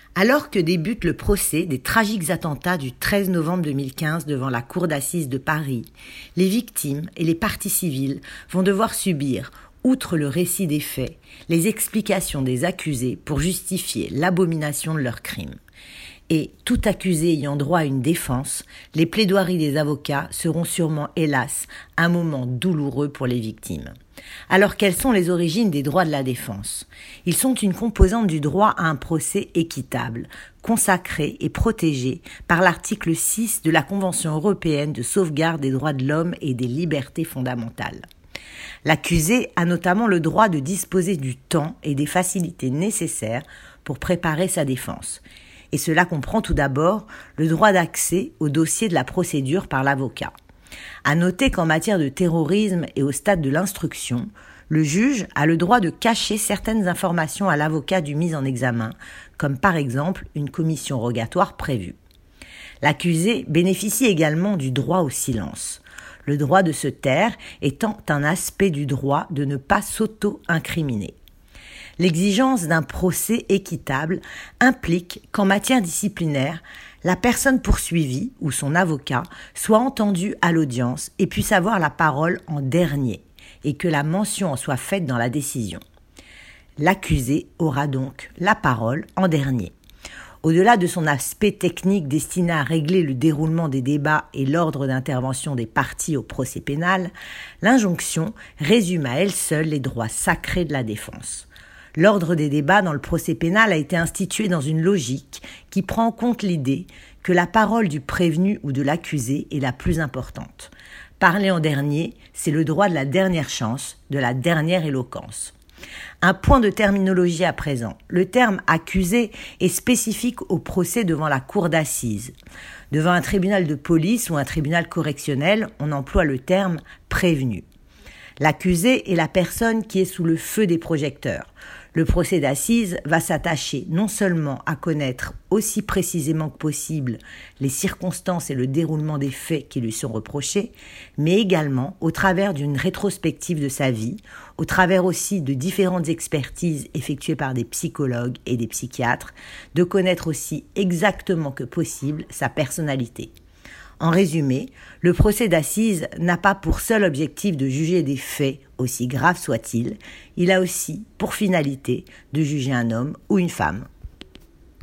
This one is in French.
Alors que débute le procès des tragiques attentats du 13 novembre 2015 devant la cour d'assises de Paris, les victimes et les parties civiles vont devoir subir, outre le récit des faits, les explications des accusés pour justifier l'abomination de leurs crimes. Et, tout accusé ayant droit à une défense, les plaidoiries des avocats seront sûrement, hélas, un moment douloureux pour les victimes. Alors, quelles sont les origines des droits de la défense ? Ils sont une composante du droit à un procès équitable, consacré et protégé par l'article 6 de la Convention européenne de sauvegarde des droits de l'homme et des libertés fondamentales. L'accusé a notamment le droit de disposer du temps et des facilités nécessaires pour préparer sa défense. Et cela comprend tout d'abord le droit d'accès au dossier de la procédure par l'avocat. À noter qu'en matière de terrorisme et au stade de l'instruction, le juge a le droit de cacher certaines informations à l'avocat du mis en examen, comme par exemple une commission rogatoire prévue. L'accusé bénéficie également du droit au silence, le droit de se taire étant un aspect du droit de ne pas s'auto-incriminer. L'exigence d'un procès équitable implique qu'en matière disciplinaire, la personne poursuivie ou son avocat soit entendu à l'audience et puisse avoir la parole en dernier et que la mention en soit faite dans la décision. L'accusé aura donc la parole en dernier. Au-delà de son aspect technique destiné à régler le déroulement des débats et l'ordre d'intervention des parties au procès pénal, l'injonction résume à elle seule les droits sacrés de la défense. L'ordre des débats dans le procès pénal a été institué dans une logique qui prend en compte l'idée que la parole du prévenu ou de l'accusé est la plus importante. Parler en dernier, c'est le droit de la dernière chance, de la dernière éloquence. Un point de terminologie à présent. Le terme « accusé » est spécifique au procès devant la cour d'assises. Devant un tribunal de police ou un tribunal correctionnel, on emploie le terme « prévenu ». L'accusé est la personne qui est sous le feu des projecteurs. Le procès d'assises va s'attacher non seulement à connaître aussi précisément que possible les circonstances et le déroulement des faits qui lui sont reprochés, mais également au travers d'une rétrospective de sa vie, au travers aussi de différentes expertises effectuées par des psychologues et des psychiatres, de connaître aussi exactement que possible sa personnalité. En résumé, le procès d'assises n'a pas pour seul objectif de juger des faits, aussi graves soient-ils, il a aussi pour finalité de juger un homme ou une femme.